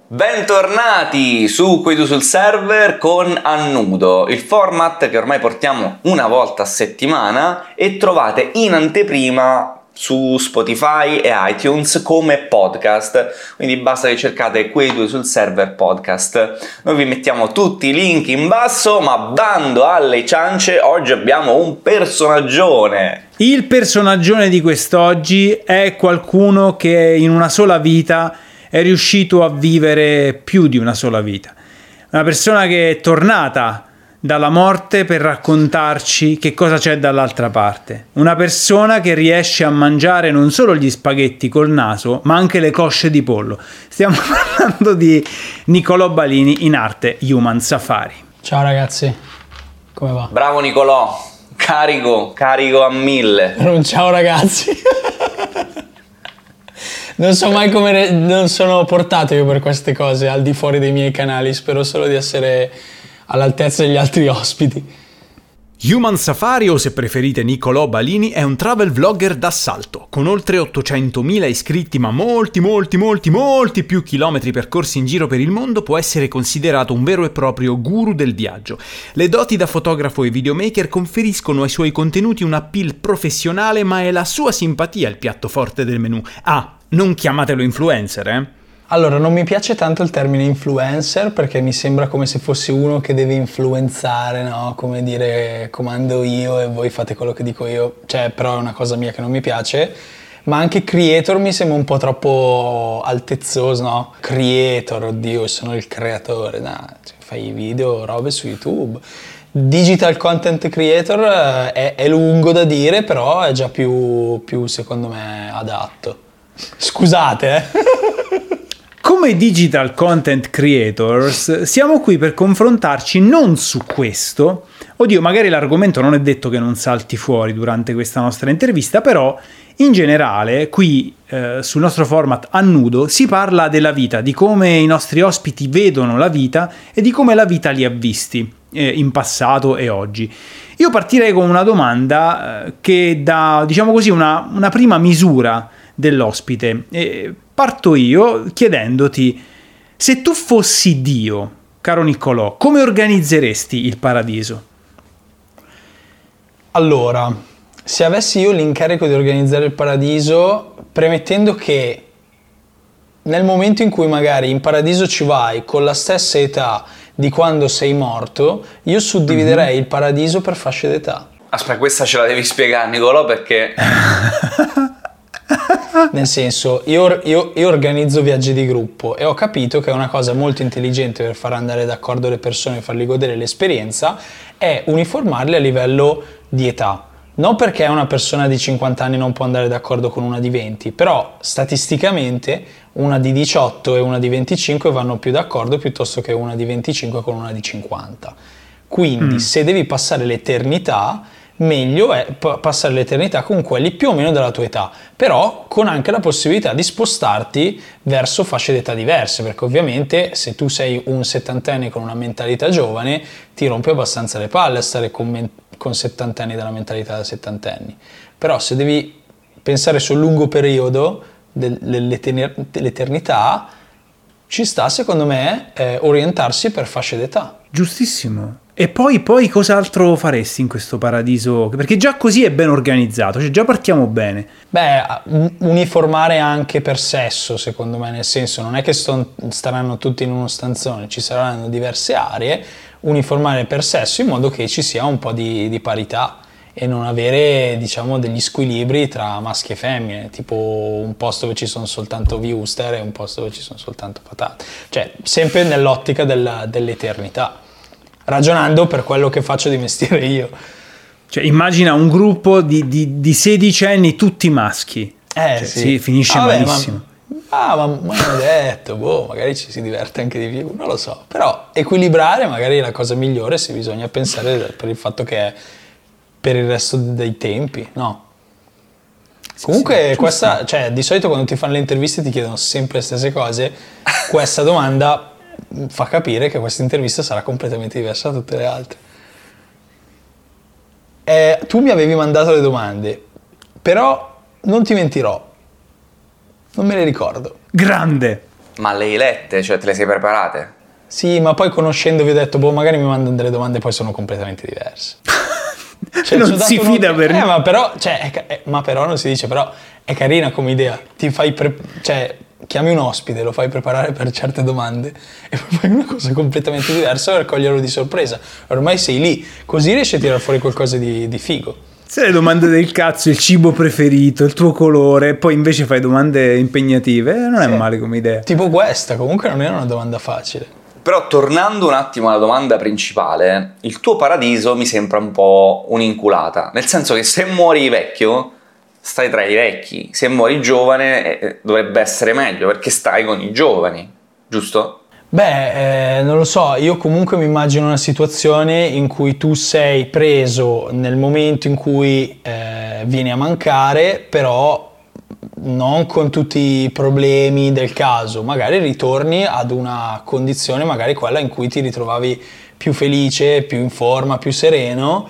Bentornati su Quei due sul server con Annudo, il format che ormai portiamo una volta a settimana e trovate in anteprima su Spotify e iTunes come podcast, quindi basta che cercate Quei due sul server podcast. Noi vi mettiamo tutti i link in basso, ma bando alle ciance, oggi abbiamo un personaggione. Il personaggione di quest'oggi è qualcuno che in una sola vita è riuscito a vivere più di una sola vita. Una persona che è tornata dalla morte per raccontarci che cosa c'è dall'altra parte. Una persona che riesce a mangiare non solo gli spaghetti col naso, ma anche le cosce di pollo. Stiamo parlando di Niccolò Balini, in arte Human Safari. Ciao ragazzi, come va? Bravo Niccolò, carico a 1000. Ciao ragazzi. Non so mai come non sono portato io per queste cose al di fuori dei miei canali, spero solo di essere all'altezza degli altri ospiti. Human Safari, o se preferite Niccolò Balini, è un travel vlogger d'assalto, con oltre 800.000 iscritti ma molti più chilometri percorsi in giro per il mondo. Può essere considerato un vero e proprio guru del viaggio. Le doti da fotografo e videomaker conferiscono ai suoi contenuti un appeal professionale, ma è la sua simpatia il piatto forte del menù. Non chiamatelo influencer, Allora, non mi piace tanto il termine influencer perché mi sembra come se fossi uno che deve influenzare, no? Come dire, comando io e voi fate quello che dico io. Cioè, però è una cosa mia che non mi piace. Ma anche creator mi sembra un po' troppo altezzoso, no? Creator, oddio, sono il creatore. No, cioè, fai video, robe su YouTube. Digital content creator è lungo da dire, però è già più secondo me adatto. Scusate, Come digital content creators siamo qui per confrontarci non su questo. Oddio, magari l'argomento non è detto che non salti fuori durante questa nostra intervista, però in generale qui sul nostro format Annudo si parla della vita, di come i nostri ospiti vedono la vita e di come la vita li ha visti in passato e oggi. Io partirei con una domanda che dà, diciamo così, una prima misura dell'ospite. Parto io chiedendoti: se tu fossi Dio, caro Niccolò, come organizzeresti il paradiso? Allora, se avessi io l'incarico di organizzare il paradiso, premettendo che nel momento in cui magari in paradiso ci vai con la stessa età di quando sei morto, io suddividerei il paradiso per fasce d'età. Aspetta, questa ce la devi spiegare, Niccolò, perché... Nel senso, io organizzo viaggi di gruppo e ho capito che una cosa molto intelligente per far andare d'accordo le persone e fargli godere l'esperienza è uniformarle a livello di età. Non perché una persona di 50 anni non può andare d'accordo con una di 20, però statisticamente una di 18 e una di 25 vanno più d'accordo piuttosto che una di 25 con una di 50. Quindi se devi passare l'eternità, meglio è passare l'eternità con quelli più o meno della tua età, però con anche la possibilità di spostarti verso fasce d'età diverse, perché ovviamente se tu sei un settantenne con una mentalità giovane ti rompe abbastanza le palle a stare con settantenni della mentalità da settantenni. Però se devi pensare sul lungo periodo dell'eternità, ci sta secondo me orientarsi per fasce d'età. Giustissimo. E poi cos'altro faresti in questo paradiso? Perché già così è ben organizzato, cioè già partiamo bene. Beh, uniformare anche per sesso, secondo me, nel senso non è che staranno tutti in uno stanzone, ci saranno diverse aree, uniformare per sesso in modo che ci sia un po' di parità e non avere, diciamo, degli squilibri tra maschi e femmine, tipo un posto dove ci sono soltanto wuster e un posto dove ci sono soltanto patate. Cioè, sempre nell'ottica dell'eternità. Ragionando per quello che faccio di mestiere io. Cioè, immagina un gruppo di sedicenni tutti maschi. Sì, finisce malissimo. Ma non è detto, magari ci si diverte anche di più, non lo so. Però equilibrare magari è la cosa migliore se bisogna pensare per il fatto che è per il resto dei tempi, no? Sì, comunque questa, cioè di solito quando ti fanno le interviste ti chiedono sempre le stesse cose, questa domanda fa capire che questa intervista sarà completamente diversa da tutte le altre. Tu mi avevi mandato le domande, però non ti mentirò, non me le ricordo. Grande! Ma le hai lette? Cioè te le sei preparate? Sì, ma poi conoscendovi ho detto, magari mi mandano delle domande e poi sono completamente diverse. Cioè, non si fida per niente. Ma però, ma però non si dice, però è carina come idea. Ti fai chiami un ospite, lo fai preparare per certe domande e poi fai una cosa completamente diversa per coglierlo di sorpresa. Ormai sei lì, così riesci a tirare fuori qualcosa di figo. Se le domande del cazzo, il cibo preferito, il tuo colore, poi invece fai domande impegnative, non è male come idea. Tipo questa, comunque non era una domanda facile. Però tornando un attimo alla domanda principale, il tuo paradiso mi sembra un po' un'inculata, nel senso che se muori vecchio stai tra i vecchi, se muori giovane dovrebbe essere meglio perché stai con i giovani, giusto? Beh, non lo so, io comunque mi immagino una situazione in cui tu sei preso nel momento in cui vieni a mancare, però non con tutti i problemi del caso, magari ritorni ad una condizione, magari quella in cui ti ritrovavi più felice, più in forma, più sereno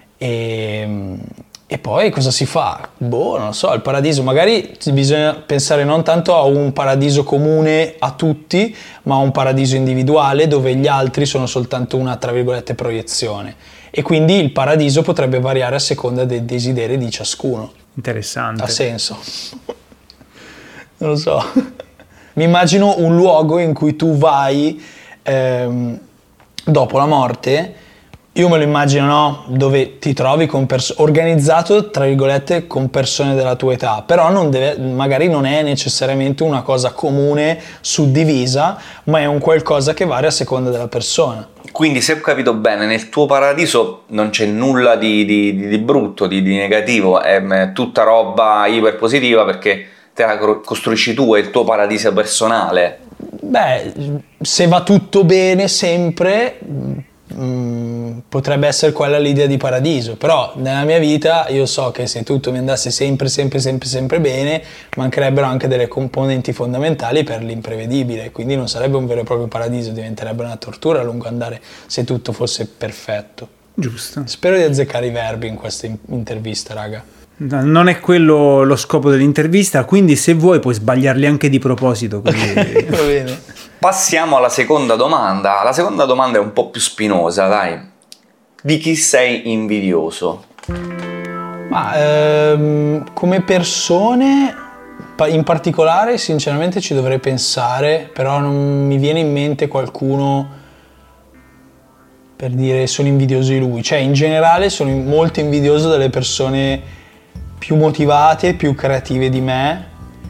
e poi cosa si fa? Non lo so, il paradiso, magari bisogna pensare non tanto a un paradiso comune a tutti, ma a un paradiso individuale dove gli altri sono soltanto una, tra virgolette, proiezione. E quindi il paradiso potrebbe variare a seconda dei desideri di ciascuno. Interessante. Ha senso. Non lo so. Mi immagino un luogo in cui tu vai dopo la morte. Io me lo immagino, no? Dove ti trovi con organizzato, tra virgolette, con persone della tua età, però magari non è necessariamente una cosa comune, suddivisa, ma è un qualcosa che varia a seconda della persona. Quindi se ho capito bene, nel tuo paradiso non c'è nulla di brutto, di negativo, è tutta roba iper positiva perché te la costruisci tu, è il tuo paradiso personale. Beh, se va tutto bene sempre, potrebbe essere quella l'idea di paradiso, però nella mia vita io so che se tutto mi andasse sempre bene, mancherebbero anche delle componenti fondamentali per l'imprevedibile, quindi non sarebbe un vero e proprio paradiso, diventerebbe una tortura a lungo andare se tutto fosse perfetto. Giusto. Spero di azzeccare i verbi in questa intervista, raga. No, non è quello lo scopo dell'intervista, quindi se vuoi puoi sbagliarli anche di proposito. Così. Va bene. Passiamo alla seconda domanda. La seconda domanda è un po' più spinosa, dai. Di chi sei invidioso? Ma come persone, in particolare, sinceramente ci dovrei pensare, però non mi viene in mente qualcuno per dire sono invidioso di lui. Cioè, in generale sono molto invidioso delle persone più motivate, più creative di me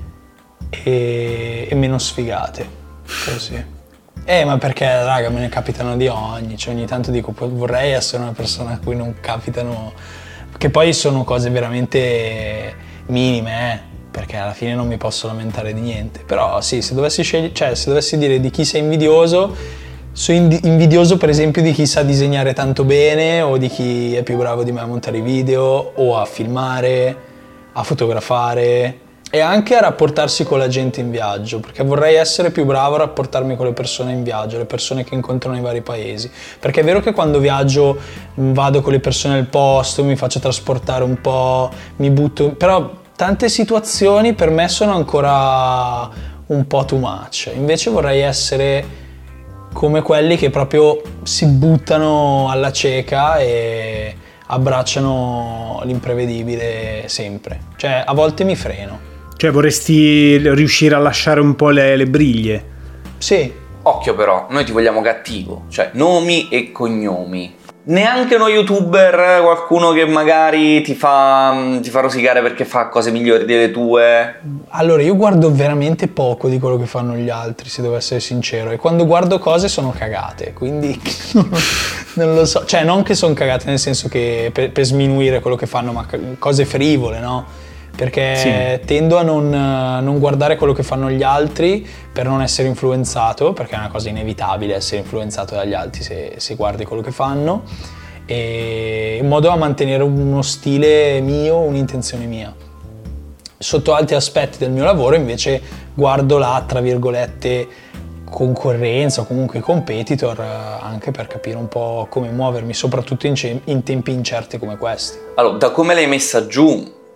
e meno sfigate. Così. Ma perché, raga, me ne capitano di ogni, cioè ogni tanto dico vorrei essere una persona a cui non capitano, che poi sono cose veramente minime, perché alla fine non mi posso lamentare di niente, però sì, se dovessi se dovessi dire di chi sei invidioso, sono invidioso per esempio di chi sa disegnare tanto bene o di chi è più bravo di me a montare i video o a filmare, a fotografare e anche a rapportarsi con la gente in viaggio, perché vorrei essere più bravo a rapportarmi con le persone in viaggio, le persone che incontro nei vari paesi, perché è vero che quando viaggio vado con le persone del posto, mi faccio trasportare un po', mi butto, però tante situazioni per me sono ancora un po' too much, invece vorrei essere come quelli che proprio si buttano alla cieca e abbracciano l'imprevedibile sempre, cioè a volte mi freno. Cioè vorresti riuscire a lasciare un po' le briglie? Sì. Occhio però, noi ti vogliamo cattivo, cioè nomi e cognomi. Neanche uno youtuber, qualcuno che magari ti fa rosicare perché fa cose migliori delle tue? Allora, io guardo veramente poco di quello che fanno gli altri, se devo essere sincero, e quando guardo cose sono cagate, quindi non lo so, cioè non che sono cagate nel senso che per sminuire quello che fanno, ma cose frivole, no? Perché sì, tendo a non guardare quello che fanno gli altri per non essere influenzato, perché è una cosa inevitabile essere influenzato dagli altri se guardi quello che fanno, e in modo a mantenere uno stile mio, un'intenzione mia. Sotto altri aspetti del mio lavoro invece guardo la, tra virgolette, concorrenza o comunque i competitor, anche per capire un po' come muovermi, soprattutto in tempi incerti come questi. Allora, da come l'hai messa giù,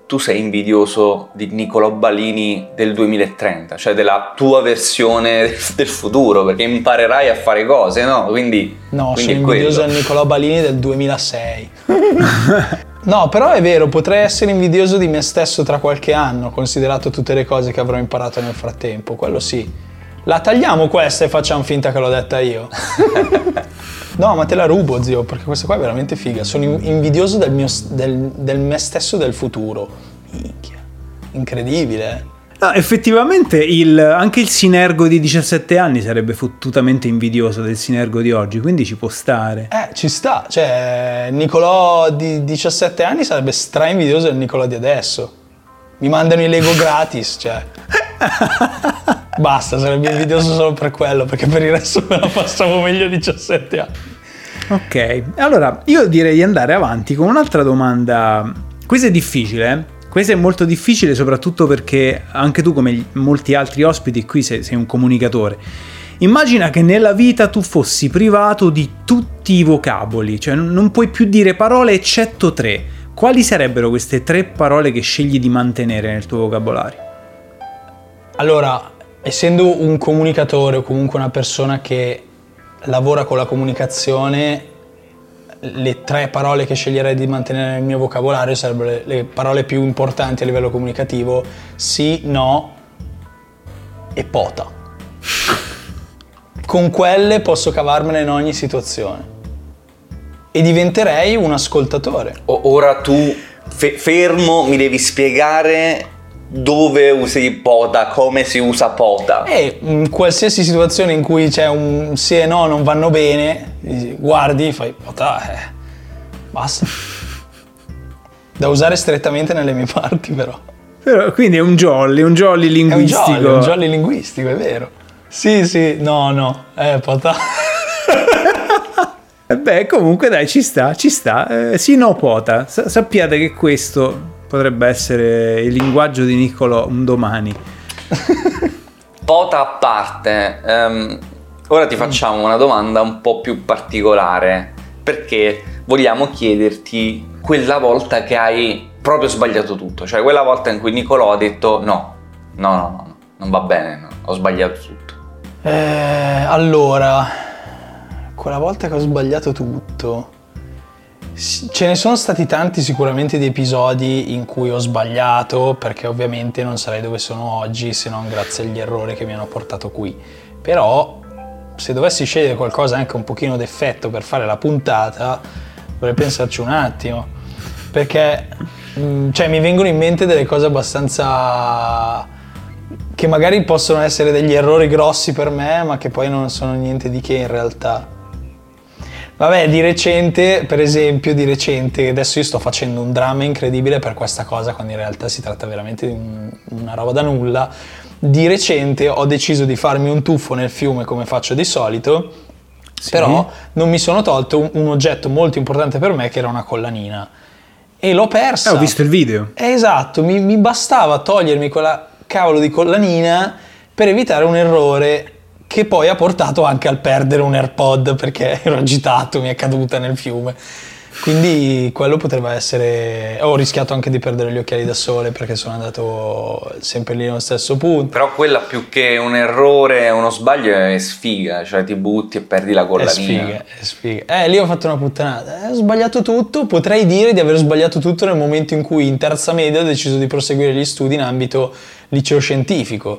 tu sei invidioso di Niccolò Balini del 2030, cioè della tua versione del futuro, perché imparerai a fare cose, no? Quindi No, quindi sono è invidioso quello. del Niccolò Balini del 2006. No, però è vero, potrei essere invidioso di me stesso tra qualche anno, considerato tutte le cose che avrò imparato nel frattempo, quello sì. La tagliamo questa e facciamo finta che l'ho detta io. No, ma te la rubo, zio, perché questa qua è veramente figa. Sono invidioso del me stesso del futuro. Minchia, incredibile, eh? No, effettivamente anche il Sinergo di 17 anni sarebbe fottutamente invidioso del Sinergo di oggi, quindi ci può stare. Ci sta, cioè Niccolò di 17 anni sarebbe stra invidioso del Niccolò di adesso. Mi mandano i Lego gratis, cioè. Basta, sarebbe invidioso solo per quello, perché per il resto me la passavo meglio a 17 anni. Ok, allora io direi di andare avanti con un'altra domanda. Questa è difficile, eh? Questa è molto difficile, soprattutto perché anche tu, come molti altri ospiti qui, sei un comunicatore. Immagina che nella vita tu fossi privato di tutti i vocaboli, cioè non puoi più dire parole eccetto 3. Quali sarebbero queste 3 parole che scegli di mantenere nel tuo vocabolario? Allora, essendo un comunicatore o comunque una persona che lavora con la comunicazione, le 3 parole che sceglierei di mantenere nel mio vocabolario sarebbero le parole più importanti a livello comunicativo: sì, no e pota. Con quelle posso cavarmene in ogni situazione e diventerei un ascoltatore. Ora tu, fermo, mi devi spiegare dove usi pota, come si usa pota. E in qualsiasi situazione in cui c'è un sì e no non vanno bene, guardi, fai pota, basta. Da usare strettamente nelle mie parti, però. Quindi è un jolly linguistico. È un jolly linguistico, è vero. Sì, no, pota. Beh, comunque dai, ci sta. Sì, no, pota. Sappiate che questo potrebbe essere il linguaggio di Niccolò un domani. Pota a parte, ora ti facciamo una domanda un po' più particolare, perché vogliamo chiederti quella volta che hai proprio sbagliato tutto, cioè quella volta in cui Niccolò ha detto no, non va bene, no, ho sbagliato tutto. Allora, quella volta che ho sbagliato tutto, ce ne sono stati tanti sicuramente di episodi in cui ho sbagliato, perché ovviamente non sarei dove sono oggi se non grazie agli errori che mi hanno portato qui. Però se dovessi scegliere qualcosa anche un pochino d'effetto per fare la puntata, dovrei pensarci un attimo, perché cioè, mi vengono in mente delle cose abbastanza che magari possono essere degli errori grossi per me, ma che poi non sono niente di che in realtà. Vabbè, di recente, adesso io sto facendo un dramma incredibile per questa cosa, quando in realtà si tratta veramente di una roba da nulla. Di recente ho deciso di farmi un tuffo nel fiume come faccio di solito, sì. Però non mi sono tolto un oggetto molto importante per me, che era una collanina. E l'ho persa. Ho visto il video. Esatto, mi bastava togliermi quella cavolo di collanina per evitare un errore che poi ha portato anche al perdere un AirPod, perché ero agitato, mi è caduta nel fiume. Quindi quello potrebbe essere... Ho rischiato anche di perdere gli occhiali da sole, perché sono andato sempre lì nello stesso punto. Però quella, più che un errore, uno sbaglio, è sfiga, cioè ti butti e perdi la collanina. È sfiga. Lì ho fatto una puttanata. Ho sbagliato tutto. Potrei dire di aver sbagliato tutto nel momento in cui in terza media ho deciso di proseguire gli studi in ambito liceo scientifico.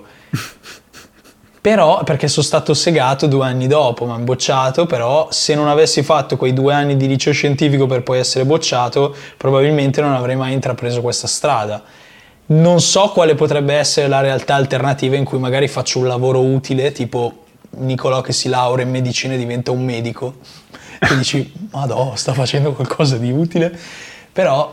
Però, perché sono stato segato 2 anni dopo, mi hanno bocciato, però se non avessi fatto quei 2 anni di liceo scientifico per poi essere bocciato, probabilmente non avrei mai intrapreso questa strada. Non so quale potrebbe essere la realtà alternativa in cui magari faccio un lavoro utile, tipo Niccolò che si laurea in medicina e diventa un medico, e dici, madò, sta facendo qualcosa di utile, però,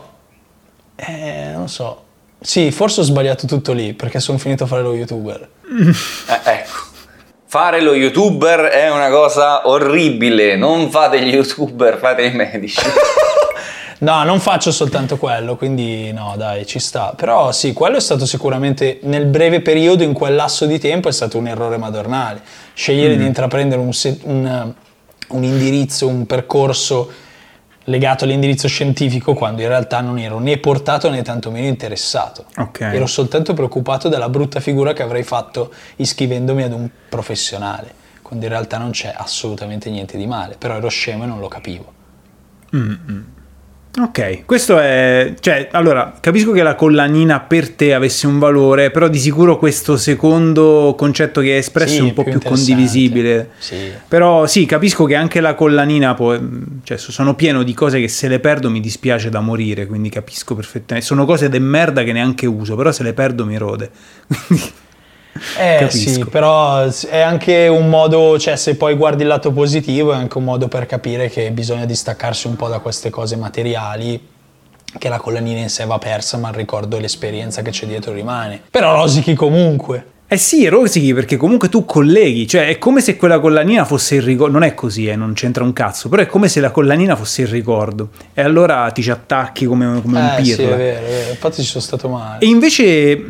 non so. Sì, forse ho sbagliato tutto lì, perché sono finito a fare lo youtuber. Ecco, fare lo youtuber è una cosa orribile, non fate gli youtuber, fate i medici. No, non faccio soltanto quello, quindi no, dai, ci sta. Però sì, quello è stato sicuramente, nel breve periodo, in quel lasso di tempo, è stato un errore madornale. Scegliere di intraprendere un indirizzo, un percorso legato all'indirizzo scientifico, quando in realtà non ero né portato né tantomeno interessato. Ok. Ero soltanto preoccupato della brutta figura che avrei fatto iscrivendomi ad un professionale, quando in realtà non c'è assolutamente niente di male, però ero scemo e non lo capivo. Ok, questo è... Cioè, allora, capisco che la collanina per te avesse un valore, però di sicuro questo secondo concetto che hai espresso Sì, è un po' più interessante. condivisibile. Sì. Però sì, capisco che anche la collanina può... Cioè, sono pieno di cose che se le perdo mi dispiace da morire, quindi capisco perfettamente. Sono cose de merda che neanche uso, però se le perdo mi rode. Quindi capisco. Sì, però è anche un modo, cioè se poi guardi il lato positivo è anche un modo per capire che bisogna distaccarsi un po' da queste cose materiali, che la collanina in sé va persa, ma il ricordo e l'esperienza che c'è dietro rimane. Però rosichi comunque. Eh sì, rosichi perché comunque tu colleghi, cioè è come se quella collanina fosse il ricordo, non è così, non c'entra un cazzo, però è come se la collanina fosse il ricordo e allora ti ci attacchi come un pirla. Sì, è vero, infatti ci sono stato male. E invece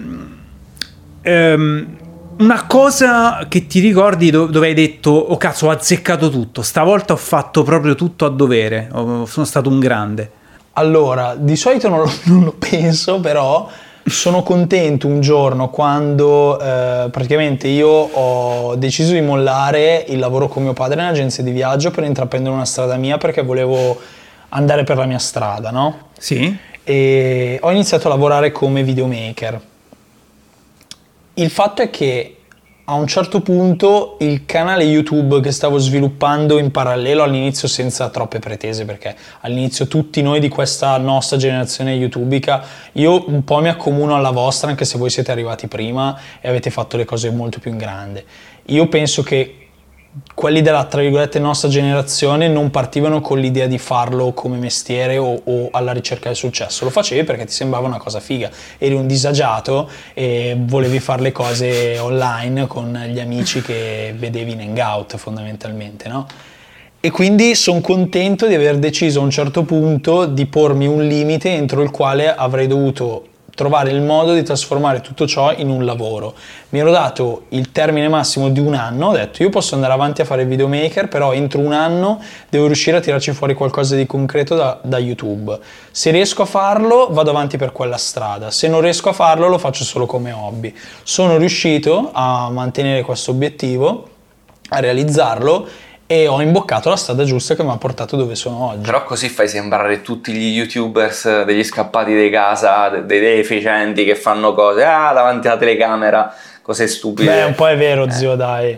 una cosa che ti ricordi dove hai detto oh cazzo ho azzeccato tutto, stavolta ho fatto proprio tutto a dovere, sono stato un grande. Allora, di solito non lo penso, però sono contento un giorno quando praticamente io ho deciso di mollare il lavoro con mio padre in agenzia di viaggio per intraprendere una strada mia, perché volevo andare per la mia strada, no? Sì. E ho iniziato a lavorare come videomaker. Il fatto è che a un certo punto il canale YouTube che stavo sviluppando in parallelo all'inizio, senza troppe pretese, perché all'inizio tutti noi di questa nostra generazione youtubica, io un po' mi accomuno alla vostra, anche se voi siete arrivati prima e avete fatto le cose molto più in grande. Io penso che quelli della, tra virgolette, nostra generazione non partivano con l'idea di farlo come mestiere o alla ricerca del successo. Lo facevi perché ti sembrava una cosa figa, eri un disagiato e volevi fare le cose online con gli amici che vedevi in Hangout fondamentalmente, no? E quindi sono contento di aver deciso a un certo punto di pormi un limite entro il quale avrei dovuto trovare il modo di trasformare tutto ciò in un lavoro. Mi ero dato il termine massimo di 1 anno, ho detto io posso andare avanti a fare il videomaker, però entro 1 anno devo riuscire a tirarci fuori qualcosa di concreto da YouTube. Se riesco a farlo vado avanti per quella strada, se non riesco a farlo lo faccio solo come hobby. Sono riuscito a mantenere questo obiettivo, a realizzarlo, e ho imboccato la strada giusta che mi ha portato dove sono oggi. Però così fai sembrare tutti gli youtubers degli scappati di casa, dei deficienti che fanno cose davanti alla telecamera, cose stupide. Beh, un po' è vero, zio, dai,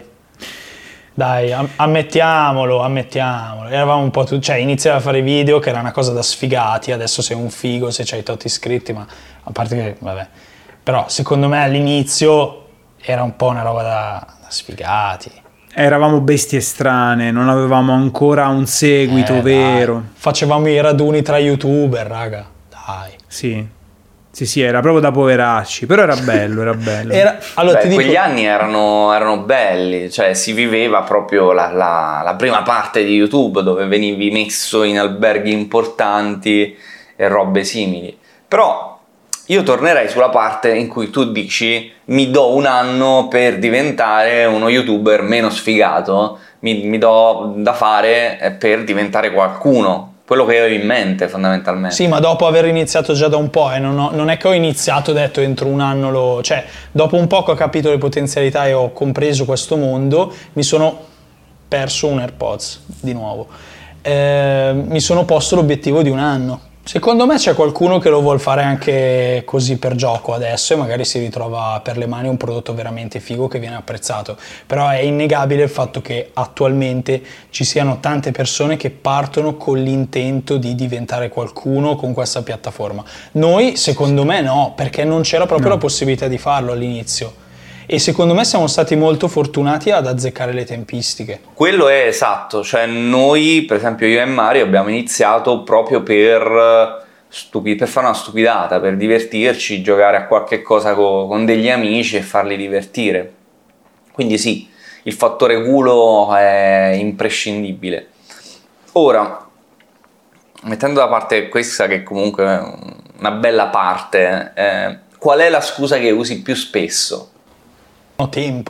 ammettiamolo. Eravamo un po' tutti, cioè iniziavi a fare video che era una cosa da sfigati, adesso sei un figo se c'hai tot iscritti, ma a parte che, vabbè. Però secondo me all'inizio era un po' una roba da sfigati. Eravamo bestie strane, non avevamo ancora un seguito vero. Dai. Facevamo i raduni tra youtuber, raga, dai. Sì, era proprio da poveracci, però era bello. Allora, quegli anni erano belli, cioè si viveva proprio la prima parte di YouTube dove venivi messo in alberghi importanti e robe simili. Però io tornerei sulla parte in cui tu dici mi do 1 anno per diventare uno youtuber meno sfigato, mi do da fare per diventare qualcuno, quello che ho in mente fondamentalmente. Sì, ma dopo aver iniziato già da un po', non è che ho iniziato e detto entro 1 anno cioè dopo un po' che ho capito le potenzialità e ho compreso questo mondo, mi sono perso un AirPods di nuovo, mi sono posto l'obiettivo di 1 anno. Secondo me c'è qualcuno che lo vuol fare anche così per gioco adesso e magari si ritrova per le mani un prodotto veramente figo che viene apprezzato, però è innegabile il fatto che attualmente ci siano tante persone che partono con l'intento di diventare qualcuno con questa piattaforma. Noi, secondo me no, perché non c'era proprio la possibilità di farlo all'inizio. E secondo me siamo stati molto fortunati ad azzeccare le tempistiche. Quello è esatto, cioè noi, per esempio io e Mario abbiamo iniziato proprio per fare una stupidata, per divertirci, giocare a qualche cosa con degli amici e farli divertire. Quindi sì, il fattore culo è imprescindibile. Ora, mettendo da parte questa che comunque è una bella parte, qual è la scusa che usi più spesso? Ho tempo.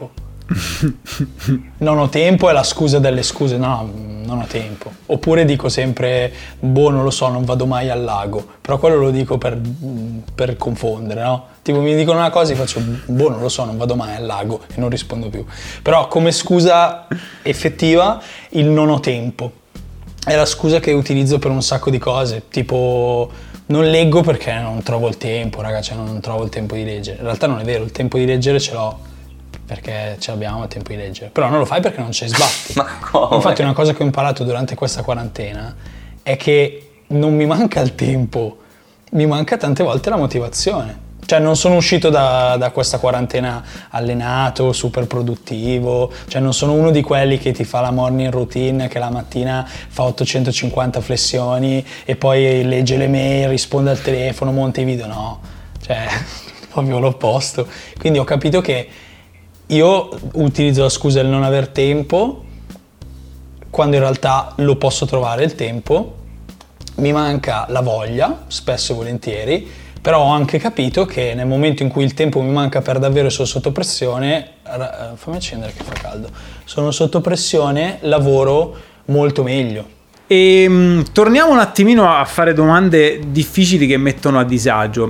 Non ho tempo è la scusa delle scuse, no, non ho tempo. Oppure dico sempre, non lo so, non vado mai al lago, però quello lo dico per confondere, no? Tipo mi dicono una cosa e faccio, non lo so, non vado mai al lago e non rispondo più. Però come scusa effettiva il non ho tempo è la scusa che utilizzo per un sacco di cose, tipo non leggo perché non trovo il tempo, raga, cioè non trovo il tempo di leggere. In realtà non è vero, il tempo di leggere ce l'ho, perché ce l'abbiamo il tempo di leggere, però non lo fai perché non ci sbatti. Ma come? Infatti una cosa che ho imparato durante questa quarantena è che non mi manca il tempo, mi manca tante volte la motivazione. Cioè non sono uscito da questa quarantena allenato, super produttivo, cioè non sono uno di quelli che ti fa la morning routine, che la mattina fa 850 flessioni e poi legge le mail, risponde al telefono, monta i video, no, cioè proprio l'opposto. Quindi ho capito che io utilizzo la scusa del non aver tempo quando in realtà lo posso trovare il tempo, mi manca la voglia, spesso e volentieri, però ho anche capito che nel momento in cui il tempo mi manca per davvero e sono sotto pressione, fammi accendere che fa caldo, sono sotto pressione, lavoro molto meglio. E torniamo un attimino a fare domande difficili che mettono a disagio.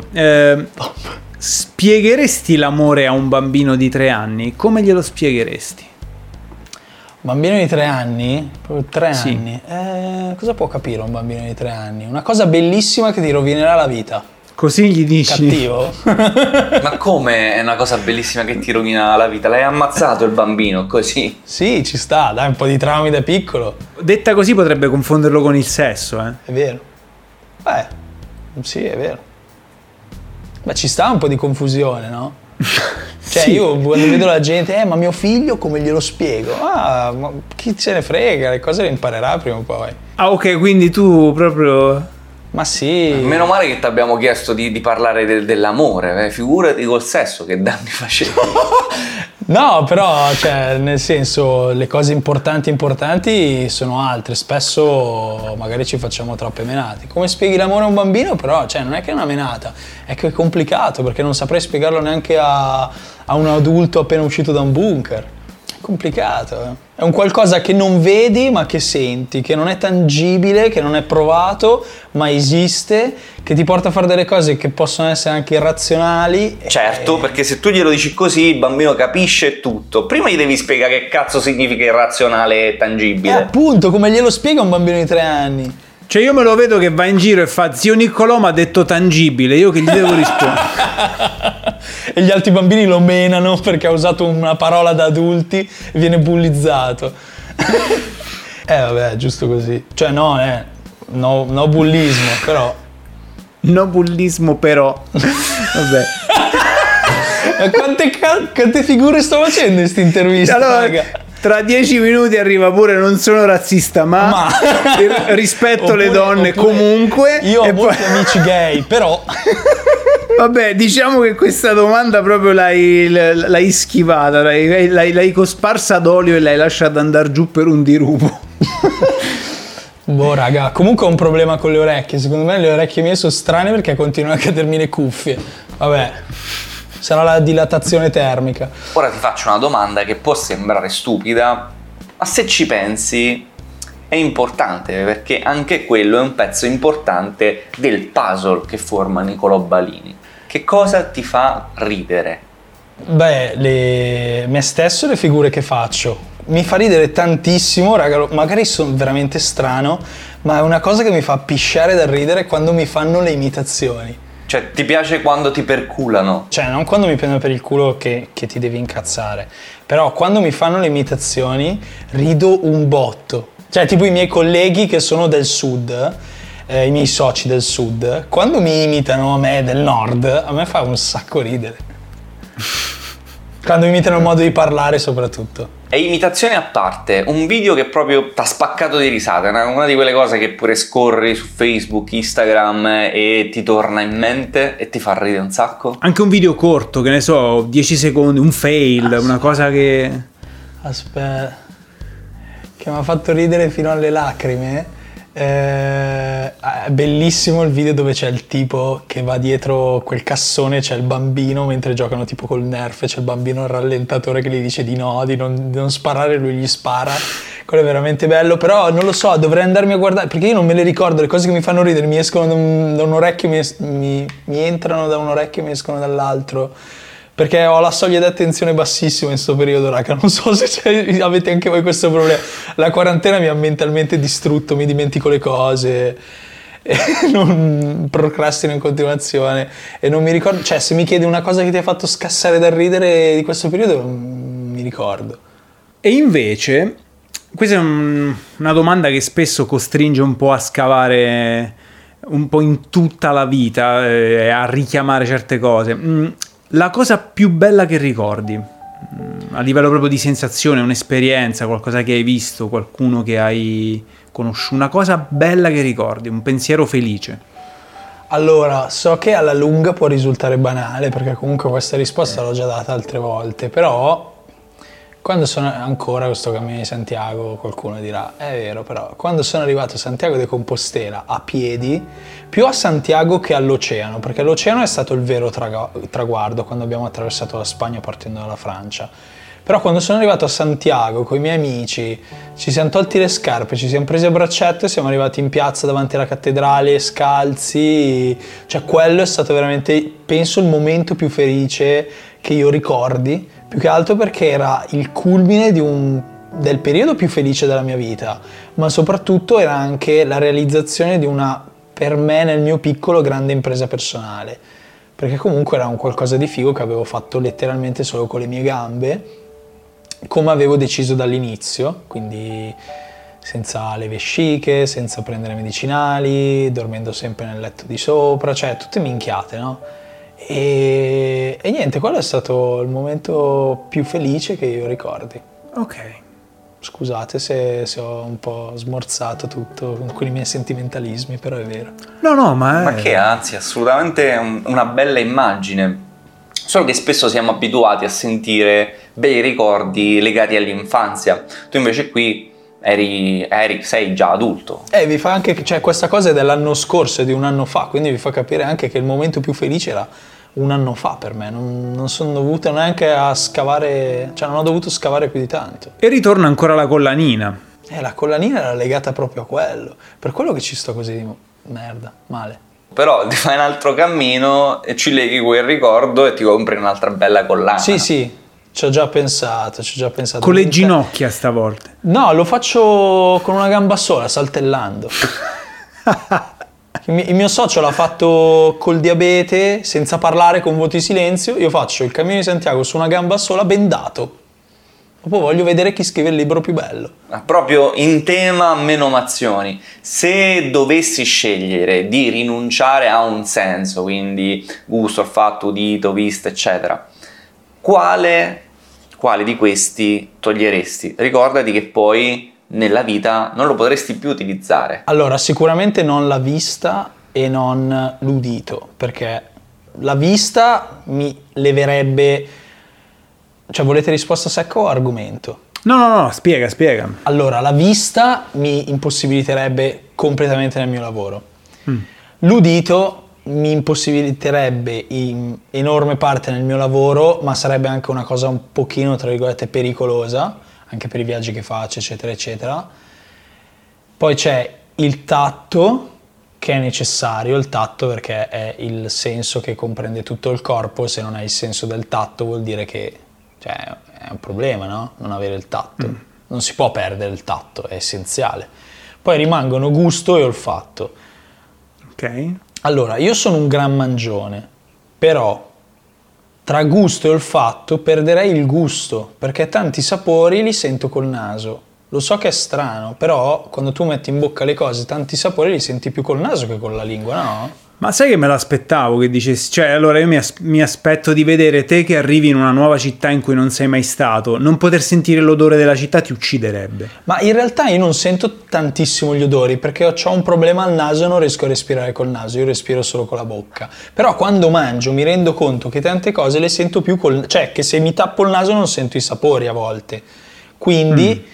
Spiegheresti l'amore a un bambino di 3 anni? Come glielo spiegheresti? Bambino di 3 anni? Proprio 3 Sì. anni? Cosa può capire un bambino di 3 anni? Una cosa bellissima che ti rovinerà la vita. Così gli dici? Cattivo? Ma come è una cosa bellissima che ti rovina la vita? L'hai ammazzato il bambino, così? Sì, ci sta, dai, un po' di traumi da piccolo. Detta così potrebbe confonderlo con il sesso, eh? È vero. Sì, è vero. Ma ci sta un po' di confusione, no? Cioè Sì. io quando vedo la gente, ma mio figlio come glielo spiego? Ma chi se ne frega, le cose le imparerà prima o poi. Ah, ok, quindi tu proprio... Ma sì. Meno male che ti abbiamo chiesto di parlare dell'amore, figurati col sesso che danni facevi. No, però, cioè, nel senso, le cose importanti sono altre. Spesso magari ci facciamo troppe menate. Come spieghi l'amore a un bambino, però, cioè, non è che è una menata, è che è complicato, perché non saprei spiegarlo neanche a un adulto appena uscito da un bunker. È complicato, eh. È un qualcosa che non vedi ma che senti, che non è tangibile, che non è provato, ma esiste, che ti porta a fare delle cose che possono essere anche irrazionali. Certo, perché se tu glielo dici così il bambino capisce tutto. Prima gli devi spiegare che cazzo significa irrazionale e tangibile. Appunto, come glielo spiega un bambino di 3 anni? Cioè io me lo vedo che va in giro e fa zio Niccolò mi ha detto tangibile, io che gli devo rispondere? E gli altri bambini lo menano perché ha usato una parola da adulti e viene bullizzato. Vabbè, è giusto così. Cioè no bullismo, però. No bullismo però. Vabbè. Ma quante figure sto facendo in questa intervista, Allora, raga? tra 10 minuti arriva pure non sono razzista ma rispetto le donne comunque. Io ho e molti poi... amici gay, però. Vabbè, diciamo che questa domanda proprio l'hai schivata, l'hai cosparsa d'olio e l'hai lasciata andare giù per un dirupo. Boh, raga, comunque ho un problema con le orecchie. Secondo me le orecchie mie sono strane perché continuano a cadermi le cuffie. Vabbè, sarà la dilatazione termica. Ora ti faccio una domanda che può sembrare stupida, ma se ci pensi è importante, perché anche quello è un pezzo importante del puzzle che forma Niccolò Balini. Che cosa ti fa ridere? Beh, me stesso e le figure che faccio. Mi fa ridere tantissimo, raga, magari sono veramente strano, ma è una cosa che mi fa pisciare dal ridere quando mi fanno le imitazioni. Cioè, ti piace quando ti perculano? Cioè, non quando mi prendono per il culo che ti devi incazzare, però quando mi fanno le imitazioni rido un botto. Cioè, tipo i miei colleghi che sono del sud, i miei soci del sud, quando mi imitano a me del nord, a me fa un sacco ridere. Quando imitano il modo di parlare soprattutto. E imitazioni a parte, un video che proprio t'ha spaccato di risate, una di quelle cose che pure scorri su Facebook, Instagram e ti torna in mente e ti fa ridere un sacco? Anche un video corto, che ne so, 10 secondi, un fail, una cosa che... Aspetta, che mi ha fatto ridere fino alle lacrime È bellissimo il video dove c'è il tipo che va dietro quel cassone, c'è il bambino mentre giocano tipo col Nerf, c'è il bambino al rallentatore che gli dice di no, di non sparare, lui gli spara. Quello è veramente bello, però non lo so, dovrei andarmi a guardare, perché io non me le ricordo, le cose che mi fanno ridere mi escono da un orecchio, mi entrano da un orecchio e mi escono dall'altro. Perché ho la soglia di attenzione bassissima in questo periodo, raga. Non so se avete anche voi questo problema. La quarantena mi ha mentalmente distrutto, mi dimentico le cose, e non procrastino in continuazione e non mi ricordo. Cioè, se mi chiedi una cosa che ti ha fatto scassare dal ridere di questo periodo, non mi ricordo. E invece, questa è una domanda che spesso costringe un po' a scavare un po' in tutta la vita, a richiamare certe cose. La cosa più bella che ricordi, a livello proprio di sensazione, un'esperienza, qualcosa che hai visto, qualcuno che hai conosciuto, una cosa bella che ricordi, un pensiero felice. Allora, so che alla lunga può risultare banale, perché comunque questa risposta l'ho già data altre volte, però quando sono ancora questo cammino di Santiago, qualcuno dirà, è vero, però quando sono arrivato a Santiago de Compostela a piedi, più a Santiago che all'oceano, perché l'oceano è stato il vero traguardo quando abbiamo attraversato la Spagna partendo dalla Francia. Però quando sono arrivato a Santiago con i miei amici, ci siamo tolti le scarpe, ci siamo presi a braccetto e siamo arrivati in piazza davanti alla cattedrale, scalzi, cioè quello è stato veramente, penso, il momento più felice che io ricordi, più che altro perché era il culmine del periodo più felice della mia vita, ma soprattutto era anche la realizzazione di una, per me nel mio piccolo, grande impresa personale, perché comunque era un qualcosa di figo che avevo fatto letteralmente solo con le mie gambe, come avevo deciso dall'inizio, quindi senza le vesciche, senza prendere medicinali, dormendo sempre nel letto di sopra, cioè tutte minchiate, no? E niente, quello è stato il momento più felice che io ricordi. Ok. Scusate se ho un po' smorzato tutto con i miei sentimentalismi, però è vero. No, ma che anzi, assolutamente una bella immagine. Solo che spesso siamo abituati a sentire bei ricordi legati all'infanzia. Tu invece qui sei già adulto. Vi fa anche, cioè questa cosa è dell'anno scorso, è di un anno fa, quindi vi fa capire anche che il momento più felice era un anno fa per me. Non sono dovuto neanche a scavare, cioè non ho dovuto scavare più di tanto. E ritorna ancora la collanina. La collanina era legata proprio a quello, per quello che ci sto così male. Però ti fai un altro cammino e ci leghi quel ricordo e ti compri un'altra bella collana. Sì, ci ho già pensato. Con le ginocchia stavolta. No, lo faccio con una gamba sola, saltellando. Il mio socio l'ha fatto col diabete, senza parlare, con voto di silenzio. Io faccio il Cammino di Santiago su una gamba sola, bendato. Dopo voglio vedere chi scrive il libro più bello. Proprio in tema menomazioni, se dovessi scegliere di rinunciare a un senso, quindi gusto, olfatto, udito, vista, eccetera, quale di questi toglieresti? Ricordati che poi nella vita non lo potresti più utilizzare. Allora, sicuramente non la vista e non l'udito, perché la vista mi leverebbe. Cioè, volete risposta secca o argomento? No, spiega. Allora, la vista mi impossibiliterebbe completamente nel mio lavoro. L'udito mi impossibiliterebbe in enorme parte nel mio lavoro, ma sarebbe anche una cosa un pochino, tra virgolette, pericolosa, anche per i viaggi che faccio, eccetera, eccetera. Poi c'è il tatto, che è necessario, il tatto, perché è il senso che comprende tutto il corpo. Se non hai il senso del tatto vuol dire che, cioè, è un problema, no? Non avere il tatto. Non si può perdere il tatto, è essenziale. Poi rimangono gusto e olfatto. Ok. Allora, io sono un gran mangione, però tra gusto e olfatto perderei il gusto, perché tanti sapori li sento col naso. Lo so che è strano, però quando tu metti in bocca le cose, tanti sapori li senti più col naso che con la lingua, no? Ma sai che me l'aspettavo che dicessi? Cioè, allora io mi aspetto di vedere te che arrivi in una nuova città in cui non sei mai stato. Non poter sentire l'odore della città ti ucciderebbe. Ma in realtà io non sento tantissimo gli odori, perché ho un problema al naso e non riesco a respirare col naso, io respiro solo con la bocca. Però quando mangio mi rendo conto che tante cose le sento più cioè che se mi tappo il naso non sento i sapori a volte. Quindi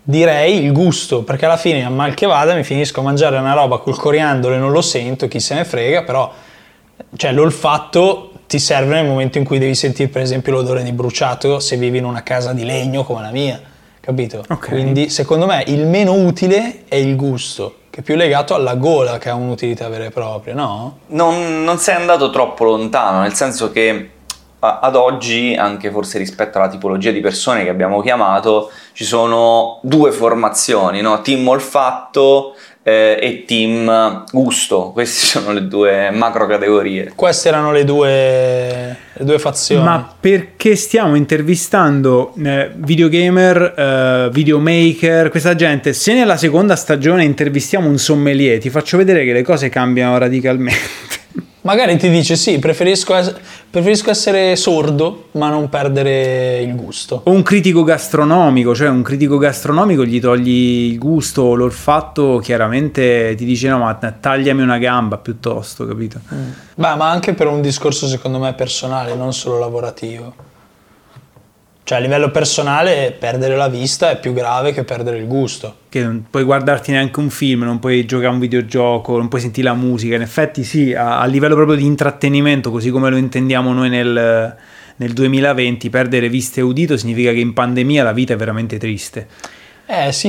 direi il gusto, perché alla fine a mal che vada mi finisco a mangiare una roba col coriandolo e non lo sento, chi se ne frega, però cioè l'olfatto ti serve nel momento in cui devi sentire per esempio l'odore di bruciato se vivi in una casa di legno come la mia, capito? Ok. Quindi secondo me il meno utile è il gusto, che è più legato alla gola che ha un'utilità vera e propria, no? Non sei andato troppo lontano, nel senso che ad oggi, anche forse rispetto alla tipologia di persone che abbiamo chiamato, ci sono due formazioni, no? Team olfatto e team gusto. Queste sono le due macro categorie. Queste erano le due fazioni. Ma perché stiamo intervistando videogamer, videomaker, questa gente? Se nella seconda stagione intervistiamo un sommelier, ti faccio vedere che le cose cambiano radicalmente. Magari ti dice sì, preferisco essere sordo ma non perdere il gusto. O un critico gastronomico, cioè un critico gastronomico gli togli il gusto o l'olfatto, chiaramente ti dice no, ma tagliami una gamba piuttosto, capito? Beh, ma anche per un discorso secondo me personale, non solo lavorativo. Cioè a livello personale perdere la vista è più grave che perdere il gusto. Che non puoi guardarti neanche un film, non puoi giocare a un videogioco, non puoi sentire la musica. In effetti sì, a livello proprio di intrattenimento, così come lo intendiamo noi nel 2020, perdere vista e udito significa che in pandemia la vita è veramente triste. Sì,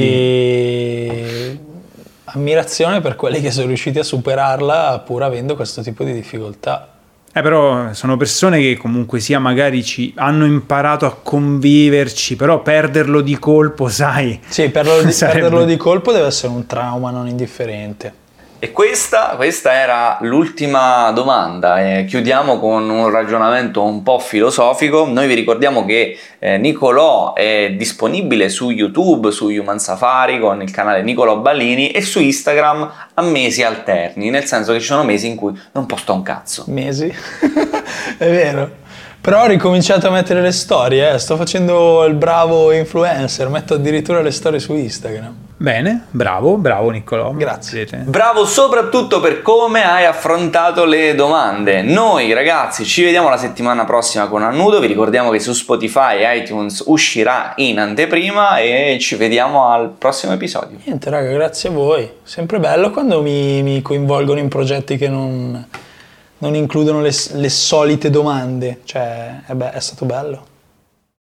infatti ammirazione per quelli che sono riusciti a superarla pur avendo questo tipo di difficoltà. Però sono persone che comunque sia magari hanno imparato a conviverci, però perderlo di colpo, sai. Sì, perderlo di colpo deve essere un trauma non indifferente. E questa era l'ultima domanda. Chiudiamo con un ragionamento un po' filosofico. Noi vi ricordiamo che Nicolò è disponibile su YouTube, su Human Safari con il canale Nicolò Ballini e su Instagram a mesi alterni, nel senso che ci sono mesi in cui non posta un cazzo. Mesi? È vero. Però ho ricominciato a mettere le storie, sto facendo il bravo influencer, metto addirittura le storie su Instagram. Bene, bravo Niccolò. Grazie. Bravo soprattutto per come hai affrontato le domande. Noi ragazzi ci vediamo la settimana prossima con Annudo, vi ricordiamo che su Spotify e iTunes uscirà in anteprima e ci vediamo al prossimo episodio. Niente raga, grazie a voi, sempre bello quando mi coinvolgono in progetti che non includono le solite domande, cioè è stato bello.